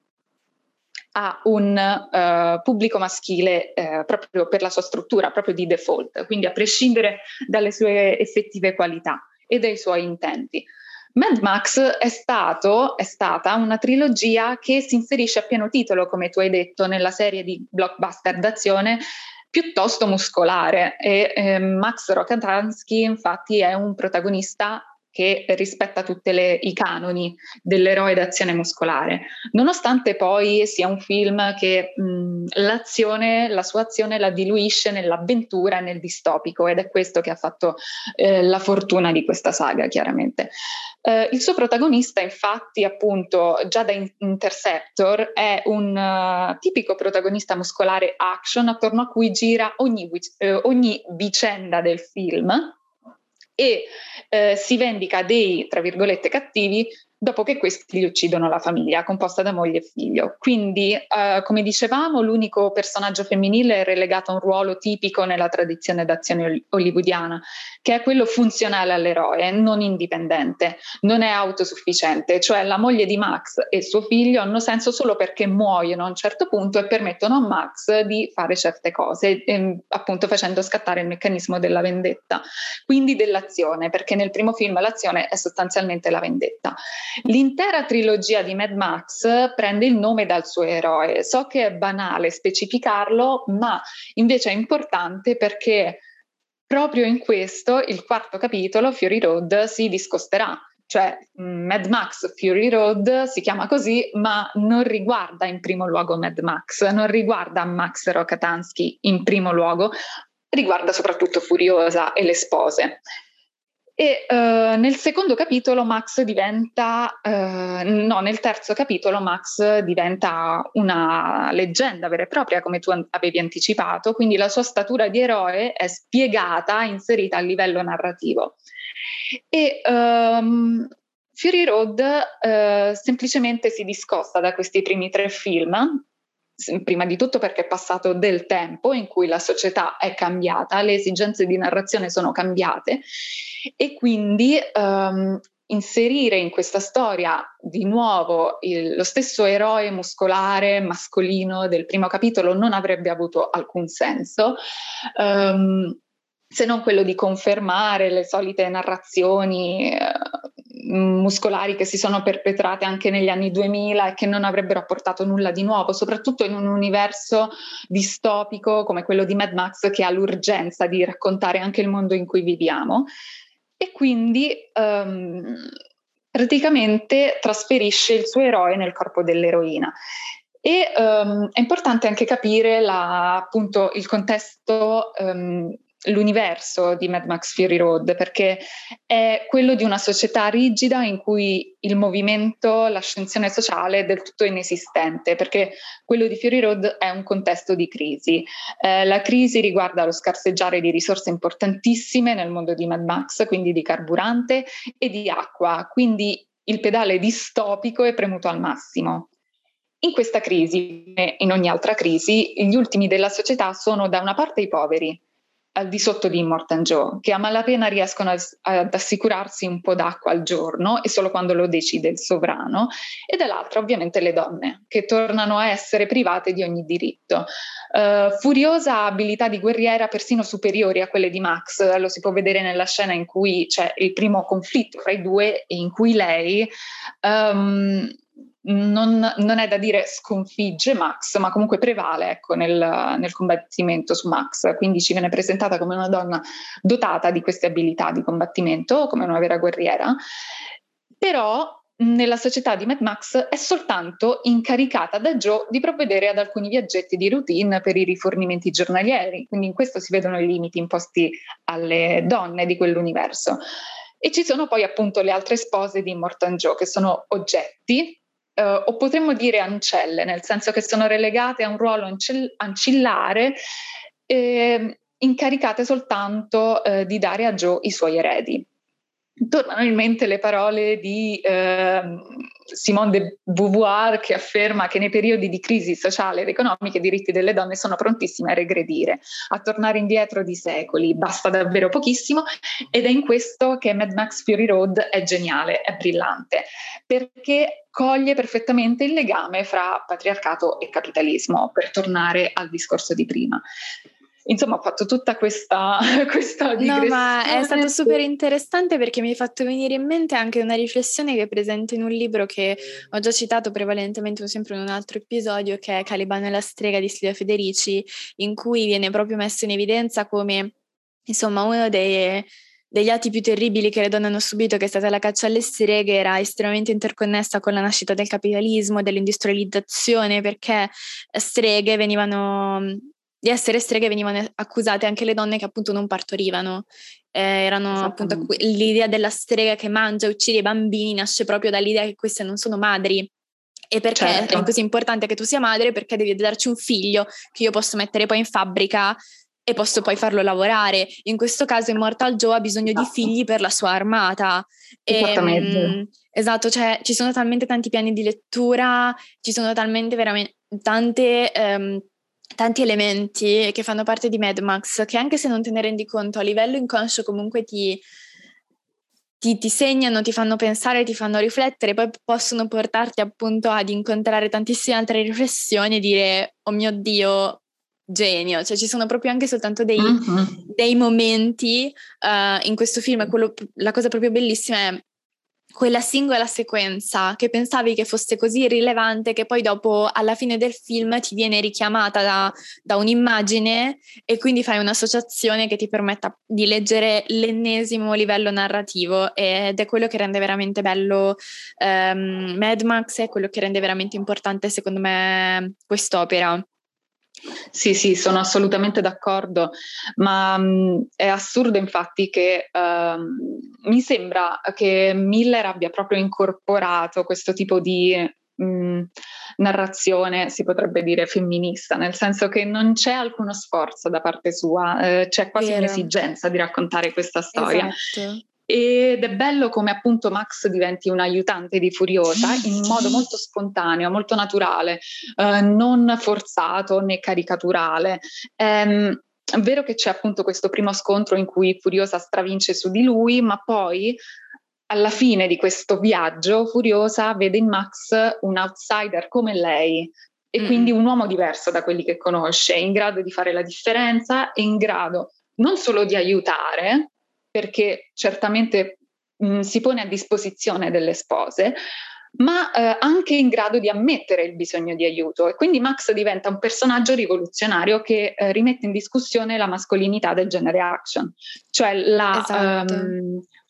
a un pubblico maschile proprio per la sua struttura, proprio di default, quindi a prescindere dalle sue effettive qualità e dai suoi intenti. Mad Max è stata una trilogia che si inserisce a pieno titolo, come tu hai detto, nella serie di blockbuster d'azione piuttosto muscolare e Max Rokatansky infatti è un protagonista che rispetta tutti i canoni dell'eroe d'azione muscolare, nonostante poi sia un film che la sua azione la diluisce nell'avventura e nel distopico, ed è questo che ha fatto la fortuna di questa saga, chiaramente. Il suo protagonista, infatti, appunto, già da Interceptor, è un tipico protagonista muscolare action attorno a cui gira ogni vicenda del film, e si vendica dei, tra virgolette, cattivi dopo che questi gli uccidono la famiglia, composta da moglie e figlio. Quindi, come dicevamo, l'unico personaggio femminile è relegato a un ruolo tipico nella tradizione d'azione hollywoodiana, che è quello funzionale all'eroe, non indipendente, non è autosufficiente, cioè la moglie di Max e il suo figlio hanno senso solo perché muoiono a un certo punto e permettono a Max di fare certe cose, appunto facendo scattare il meccanismo della vendetta, quindi dell'azione, perché nel primo film l'azione è sostanzialmente la vendetta. L'intera trilogia di Mad Max prende il nome dal suo eroe. So che è banale specificarlo, ma invece è importante perché proprio in questo il quarto capitolo, Fury Road, si discosterà. Cioè Mad Max Fury Road si chiama così, ma non riguarda in primo luogo Mad Max, non riguarda Max Rokatansky in primo luogo, riguarda soprattutto Furiosa e le spose. E nel secondo capitolo nel terzo capitolo Max diventa una leggenda vera e propria, come tu avevi anticipato, quindi la sua statura di eroe è spiegata, inserita a livello narrativo. E Fury Road semplicemente si discosta da questi primi 3 film, prima di tutto perché è passato del tempo in cui la società è cambiata, le esigenze di narrazione sono cambiate e quindi inserire in questa storia di nuovo lo stesso eroe muscolare mascolino del primo capitolo non avrebbe avuto alcun senso, se non quello di confermare le solite narrazioni muscolari che si sono perpetrate anche negli anni 2000 e che non avrebbero apportato nulla di nuovo, soprattutto in un universo distopico come quello di Mad Max, che ha l'urgenza di raccontare anche il mondo in cui viviamo. E quindi praticamente trasferisce il suo eroe nel corpo dell'eroina. E è importante anche capire appunto il contesto, l'universo di Mad Max Fury Road, perché è quello di una società rigida in cui il movimento, l'ascensione sociale è del tutto inesistente, perché quello di Fury Road è un contesto di crisi. La crisi riguarda lo scarseggiare di risorse importantissime nel mondo di Mad Max, quindi di carburante e di acqua, quindi il pedale distopico è premuto al massimo. In questa crisi, e in ogni altra crisi, gli ultimi della società sono da una parte i poveri, al di sotto di Immortan Joe, che a malapena riescono ad assicurarsi un po' d'acqua al giorno e solo quando lo decide il sovrano, e dall'altra ovviamente le donne, che tornano a essere private di ogni diritto. Furiosa ha abilità di guerriera persino superiori a quelle di Max, lo si può vedere nella scena in cui c'è il primo conflitto fra i due e in cui lei non è da dire sconfigge Max, ma comunque prevale, ecco, nel combattimento su Max, quindi ci viene presentata come una donna dotata di queste abilità di combattimento, come una vera guerriera, però nella società di Mad Max è soltanto incaricata da Joe di provvedere ad alcuni viaggetti di routine per i rifornimenti giornalieri, quindi in questo si vedono i limiti imposti alle donne di quell'universo. E ci sono poi appunto le altre spose di Immortan Joe, che sono oggetti, o potremmo dire ancelle, nel senso che sono relegate a un ruolo ancillare, incaricate soltanto di dare a Joe i suoi eredi. Tornano in mente le parole di Simone de Beauvoir, che afferma che nei periodi di crisi sociale ed economica i diritti delle donne sono prontissimi a regredire, a tornare indietro di secoli, basta davvero pochissimo, ed è in questo che Mad Max Fury Road è geniale, è brillante, perché coglie perfettamente il legame fra patriarcato e capitalismo, per tornare al discorso di prima. Insomma, ho fatto tutta questa digressione. No, ma è stato super interessante, perché mi hai fatto venire in mente anche una riflessione che è presente in un libro che ho già citato prevalentemente sempre in un altro episodio, che è Caliban e la strega di Silvia Federici, in cui viene proprio messo in evidenza come, insomma, uno degli atti più terribili che le donne hanno subito, che è stata la caccia alle streghe, era estremamente interconnessa con la nascita del capitalismo, dell'industrializzazione, perché di essere streghe venivano accusate anche le donne che appunto non partorivano. Erano appunto l'idea della strega che mangia e uccide i bambini nasce proprio dall'idea che queste non sono madri. E perché è così importante che tu sia madre? Perché devi darci un figlio che io posso mettere poi in fabbrica e posso poi farlo lavorare. In questo caso Immortan Joe ha bisogno di figli per la sua armata. Esatto, cioè ci sono talmente tanti piani di lettura, ci sono talmente veramente tanti elementi che fanno parte di Mad Max, che anche se non te ne rendi conto, a livello inconscio comunque ti segnano, ti fanno pensare, ti fanno riflettere, poi possono portarti appunto ad incontrare tantissime altre riflessioni e dire, oh mio Dio, genio. Cioè ci sono proprio anche soltanto dei momenti in questo film. La cosa proprio bellissima è quella singola sequenza che pensavi che fosse così irrilevante, che poi dopo alla fine del film ti viene richiamata da un'immagine, e quindi fai un'associazione che ti permetta di leggere l'ennesimo livello narrativo, ed è quello che rende veramente bello Mad Max, è quello che rende veramente importante secondo me quest'opera. Sì, sono assolutamente d'accordo, ma è assurdo infatti che mi sembra che Miller abbia proprio incorporato questo tipo di narrazione, si potrebbe dire femminista, nel senso che non c'è alcuno sforzo da parte sua, c'è quasi un'esigenza di raccontare questa storia. Esatto. Ed è bello come appunto Max diventi un aiutante di Furiosa in modo molto spontaneo, molto naturale, non forzato né caricaturale. È vero che c'è appunto questo primo scontro in cui Furiosa stravince su di lui, ma poi alla fine di questo viaggio Furiosa vede in Max un outsider come lei, e quindi un uomo diverso da quelli che conosce, in grado di fare la differenza e in grado non solo di aiutare, perché certamente si pone a disposizione delle spose, ma anche in grado di ammettere il bisogno di aiuto. E quindi Max diventa un personaggio rivoluzionario che rimette in discussione la mascolinità del genere action. Cioè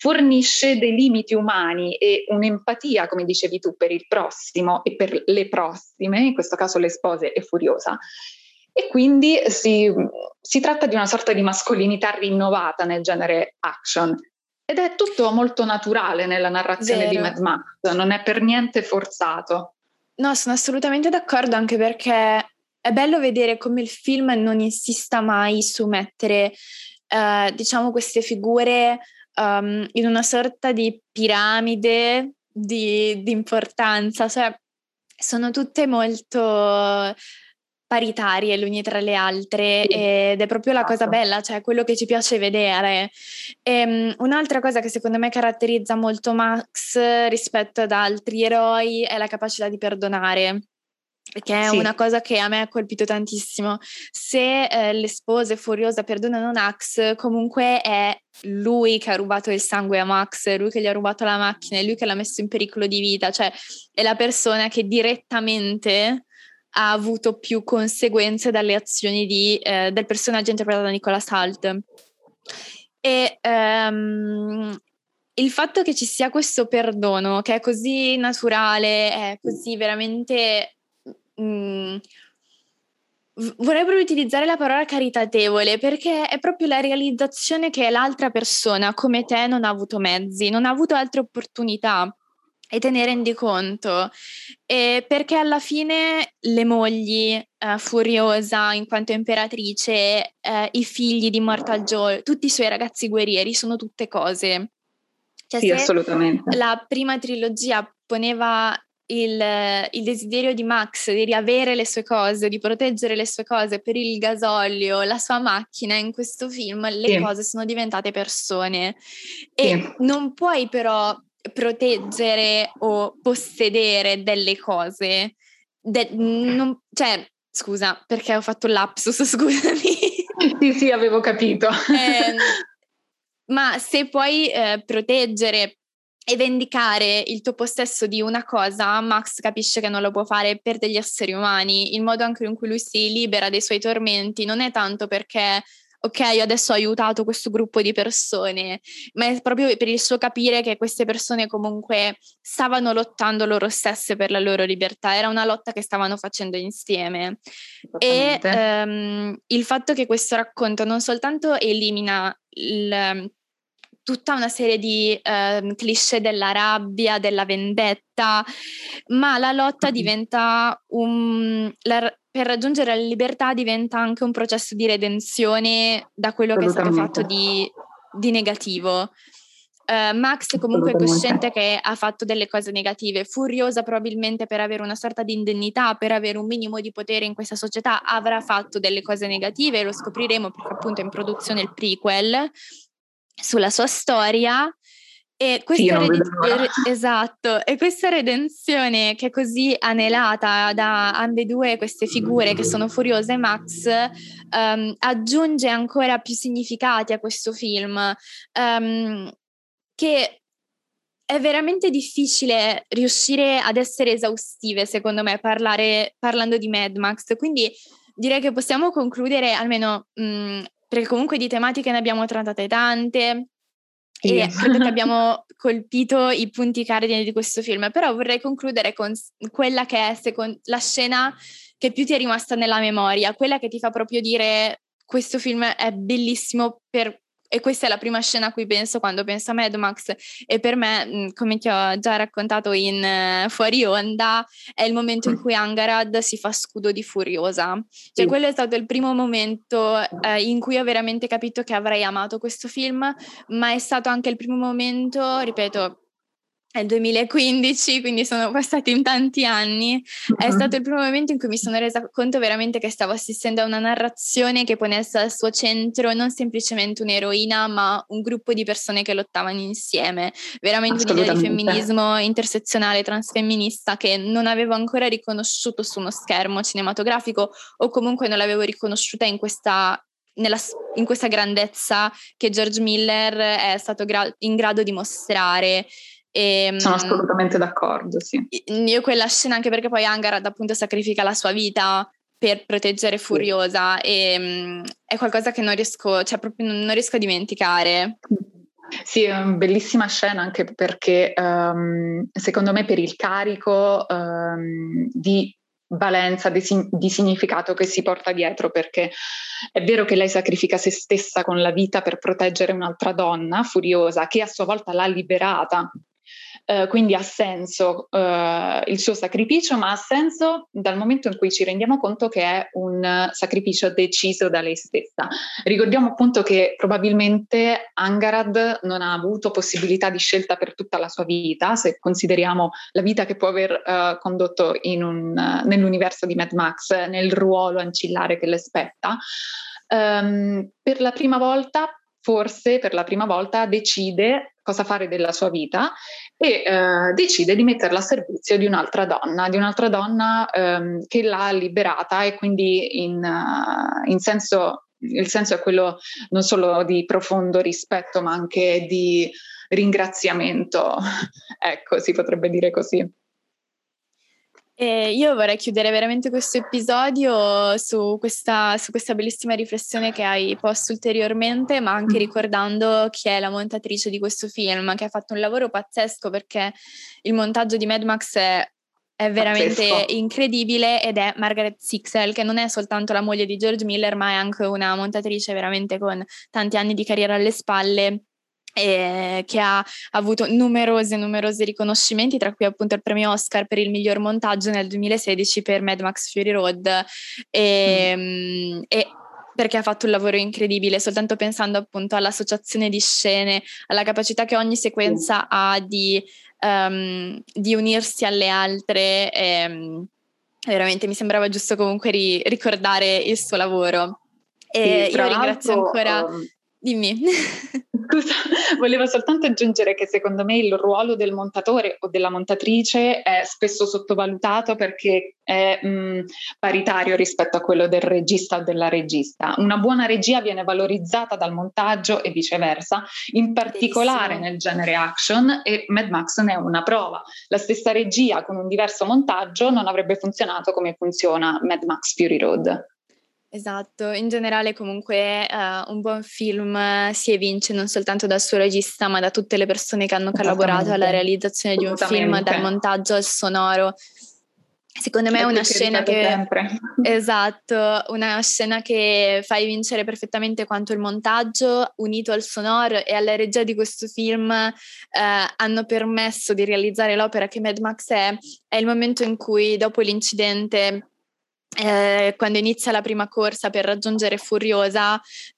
fornisce dei limiti umani e un'empatia, come dicevi tu, per il prossimo e per le prossime, in questo caso le spose, è Furiosa. E quindi si tratta di una sorta di mascolinità rinnovata nel genere action. Ed è tutto molto naturale nella narrazione di Mad Max, non è per niente forzato. No, sono assolutamente d'accordo, anche perché è bello vedere come il film non insista mai su mettere, diciamo, queste figure in una sorta di piramide di importanza, cioè sono tutte molto paritarie l'une tra le altre, ed è proprio la cosa bella, cioè quello che ci piace vedere. Un'altra cosa che secondo me caratterizza molto Max rispetto ad altri eroi è la capacità di perdonare, che è una cosa che a me ha colpito tantissimo. Se le spose Furiosa perdonano Max, comunque è lui che ha rubato il sangue a Max, è lui che gli ha rubato la macchina, è lui che l'ha messo in pericolo di vita, cioè è la persona che direttamente ha avuto più conseguenze dalle azioni del personaggio interpretato da Nicolas Hoult. E il fatto che ci sia questo perdono, che è così naturale, è così veramente... vorrei proprio utilizzare la parola caritatevole, perché è proprio la realizzazione che l'altra persona, come te, non ha avuto mezzi, non ha avuto altre opportunità, e te ne rendi conto, perché alla fine le mogli, Furiosa in quanto imperatrice, i figli di Mortal Joe, tutti i suoi ragazzi guerrieri sono tutte cose. Cioè, sì, se assolutamente. la prima trilogia poneva il desiderio di Max di riavere le sue cose, di proteggere le sue cose per il gasolio, la sua macchina, in questo film le cose sono diventate persone, e non puoi però proteggere o possedere delle cose, cioè, scusa, perché ho fatto un lapsus, scusami. Sì, avevo capito. Ma se puoi proteggere e vendicare il tuo possesso di una cosa, Max capisce che non lo può fare per degli esseri umani. Il modo anche in cui lui si libera dei suoi tormenti non è tanto perché ok, io adesso ho aiutato questo gruppo di persone, ma è proprio per il suo capire che queste persone comunque stavano lottando loro stesse per la loro libertà, era una lotta che stavano facendo insieme. E il fatto che questo racconto non soltanto elimina tutta una serie di cliché della rabbia, della vendetta, ma la lotta diventa per raggiungere la libertà diventa anche un processo di redenzione da quello che è stato fatto di negativo. Max comunque è cosciente che ha fatto delle cose negative, Furiosa probabilmente per avere una sorta di indennità, per avere un minimo di potere in questa società avrà fatto delle cose negative, lo scopriremo perché appunto è in produzione il prequel sulla sua storia. E questa esatto, e questa redenzione che è così anelata da ambedue queste figure che sono Furiosa e Max aggiunge ancora più significati a questo film, che è veramente difficile riuscire ad essere esaustive, secondo me, parlando di Mad Max, quindi direi che possiamo concludere almeno perché comunque di tematiche ne abbiamo trattate tante. E credo che abbiamo colpito i punti cardine di questo film, però vorrei concludere con quella che è la scena che più ti è rimasta nella memoria, quella che ti fa proprio dire questo film è bellissimo e questa è la prima scena a cui penso quando penso a Mad Max, e per me, come ti ho già raccontato in fuori onda, è il momento in cui Angarad si fa scudo di Furiosa. Cioè quello è stato il primo momento in cui ho veramente capito che avrei amato questo film, ma è stato anche il primo momento, ripeto, è il 2015, quindi sono passati tanti anni, è stato il primo momento in cui mi sono resa conto veramente che stavo assistendo a una narrazione che ponesse al suo centro non semplicemente un'eroina, ma un gruppo di persone che lottavano insieme, veramente un'idea di femminismo intersezionale, transfemminista, che non avevo ancora riconosciuto su uno schermo cinematografico, o comunque non l'avevo riconosciuta in questa grandezza che George Miller è stato in grado di mostrare. Sono assolutamente d'accordo, sì. Io quella scena, anche perché poi Angarad appunto sacrifica la sua vita per proteggere Furiosa, e è qualcosa che non riesco a dimenticare. Sì, è una bellissima scena anche perché secondo me per il carico di valenza, di significato che si porta dietro, perché è vero che lei sacrifica se stessa con la vita per proteggere un'altra donna furiosa che a sua volta l'ha liberata. Quindi ha senso il suo sacrificio, ma ha senso dal momento in cui ci rendiamo conto che è un sacrificio deciso da lei stessa. Ricordiamo appunto che probabilmente Angarad non ha avuto possibilità di scelta per tutta la sua vita, se consideriamo la vita che può aver condotto nell'universo di Mad Max, nel ruolo ancillare che le spetta. Per la prima volta, forse per la prima volta, decide cosa fare della sua vita e decide di metterla a servizio di un'altra donna che l'ha liberata, e quindi il senso è quello non solo di profondo rispetto ma anche di ringraziamento, ecco, si potrebbe dire così. E io vorrei chiudere veramente questo episodio su questa bellissima riflessione che hai posto ulteriormente, ma anche ricordando chi è la montatrice di questo film, che ha fatto un lavoro pazzesco, perché il montaggio di Mad Max è veramente pazzesco, incredibile, ed è Margaret Sixel, che non è soltanto la moglie di George Miller, ma è anche una montatrice veramente con tanti anni di carriera alle spalle, che ha avuto numerosi riconoscimenti, tra cui appunto il premio Oscar per il miglior montaggio nel 2016 per Mad Max Fury Road, e perché ha fatto un lavoro incredibile, soltanto pensando appunto all'associazione di scene, alla capacità che ogni sequenza ha di unirsi alle altre. Veramente mi sembrava giusto comunque ricordare il suo lavoro. E io ringrazio ancora. Dimmi. Scusa, volevo soltanto aggiungere che secondo me il ruolo del montatore o della montatrice è spesso sottovalutato, perché è paritario rispetto a quello del regista o della regista. Una buona regia viene valorizzata dal montaggio e viceversa, in particolare nel genere action, e Mad Max ne è una prova. La stessa regia con un diverso montaggio non avrebbe funzionato come funziona Mad Max Fury Road. Esatto, in generale comunque un buon film si evince non soltanto dal suo regista, ma da tutte le persone che hanno collaborato alla realizzazione di un film, dal montaggio al sonoro. Secondo me è una scena una scena che fa evincere perfettamente quanto il montaggio unito al sonoro e alla regia di questo film hanno permesso di realizzare l'opera che Mad Max è il momento in cui, dopo l'incidente, quando inizia la prima corsa per raggiungere Furiosa,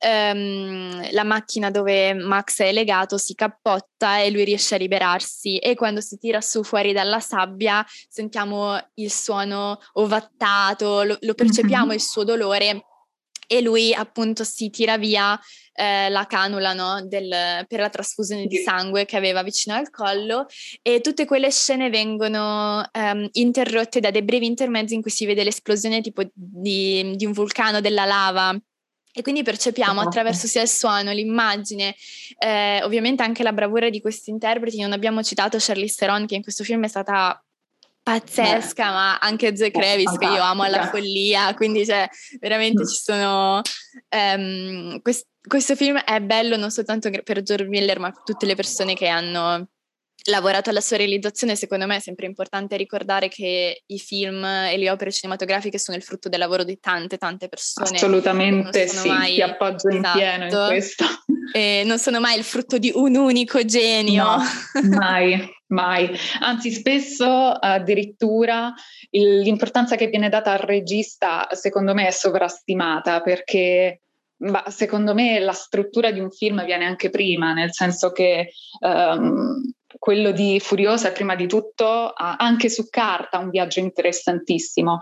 la macchina dove Max è legato si cappotta e lui riesce a liberarsi, e quando si tira su fuori dalla sabbia sentiamo il suono ovattato, lo percepiamo, il suo dolore, e lui appunto si tira via la canula, no, per la trasfusione di sangue che aveva vicino al collo, e tutte quelle scene vengono interrotte da dei brevi intermezzi in cui si vede l'esplosione tipo di un vulcano, della lava, e quindi percepiamo attraverso sia il suono, l'immagine, ovviamente anche la bravura di questi interpreti. Non abbiamo citato Charlize Theron, che in questo film è stata pazzesca, ma anche Zoe Kravitz, che io amo alla follia, quindi veramente ci sono questo film è bello non soltanto per George Miller, ma per tutte le persone che hanno lavorato alla sua realizzazione. Secondo me è sempre importante ricordare che i film e le opere cinematografiche sono il frutto del lavoro di tante persone. Assolutamente sì, ti appoggio in pieno in questo. E non sono mai il frutto di un unico genio. No, mai. Anzi, spesso addirittura l'importanza che viene data al regista, secondo me, è sovrastimata, perché secondo me la struttura di un film viene anche prima, nel senso che quello di Furiosa è prima di tutto anche su carta un viaggio interessantissimo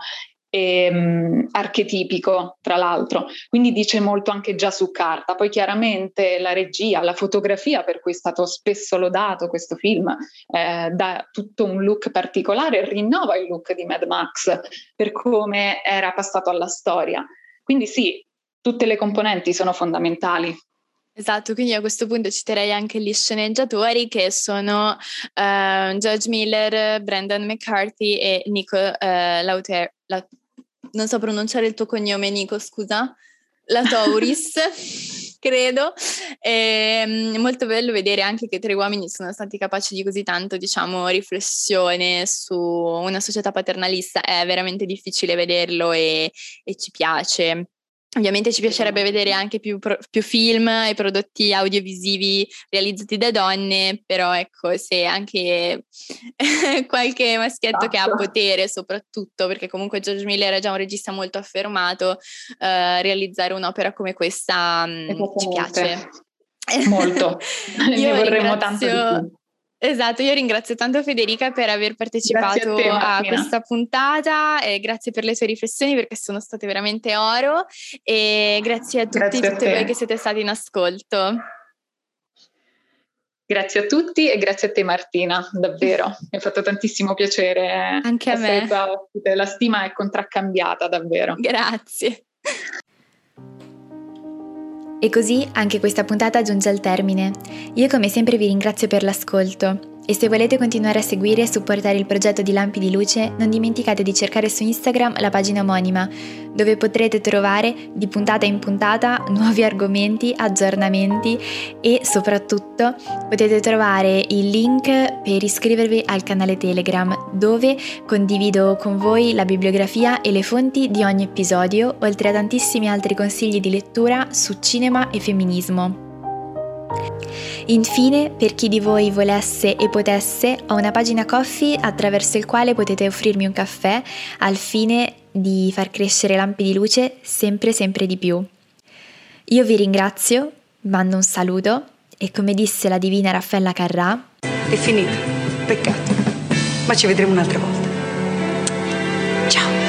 e archetipico, tra l'altro, quindi dice molto anche già su carta. Poi chiaramente la regia, la fotografia, per cui è stato spesso lodato questo film, dà tutto un look particolare, rinnova il look di Mad Max per come era passato alla storia. Quindi sì, tutte le componenti sono fondamentali. Esatto, quindi a questo punto citerei anche gli sceneggiatori, che sono George Miller, Brendan McCarthy e Nico Lauter. Non so pronunciare il tuo cognome, Nico, scusa. Latouris. credo. È molto bello vedere anche che Tre uomini sono stati capaci di così tanto, diciamo, riflessione su una società paternalista. È veramente difficile vederlo e ci piace. Ovviamente ci piacerebbe vedere anche più film e prodotti audiovisivi realizzati da donne, però ecco, se anche qualche maschietto che ha potere, soprattutto perché comunque George Miller è già un regista molto affermato, realizzare un'opera come questa ci piace. Molto, ne vorremmo tanto di più. Esatto, io ringrazio tanto Federica per aver partecipato a questa puntata e grazie per le tue riflessioni perché sono state veramente oro e grazie a tutti e tutte voi che siete stati in ascolto. Grazie a tutti e grazie a te Martina, davvero, mi ha fatto tantissimo piacere. Anche a me. La stima è contraccambiata, davvero. Grazie. E così anche questa puntata giunge al termine. Io come sempre vi ringrazio per l'ascolto e se volete continuare a seguire e supportare il progetto di Lampi di Luce non dimenticate di cercare su Instagram la pagina omonima dove potrete trovare di puntata in puntata nuovi argomenti, aggiornamenti e soprattutto potete trovare il link per iscrivervi al canale Telegram dove condivido con voi la bibliografia e le fonti di ogni episodio oltre a tantissimi altri consigli di lettura su cinema e femminismo. Infine, per chi di voi volesse e potesse, ho una pagina Ko-fi attraverso il quale potete offrirmi un caffè al fine di far crescere Lampi di Luce sempre di più. Io vi ringrazio, mando un saluto e come disse la divina Raffaella Carrà: è finita, peccato, ma ci vedremo un'altra volta. Ciao!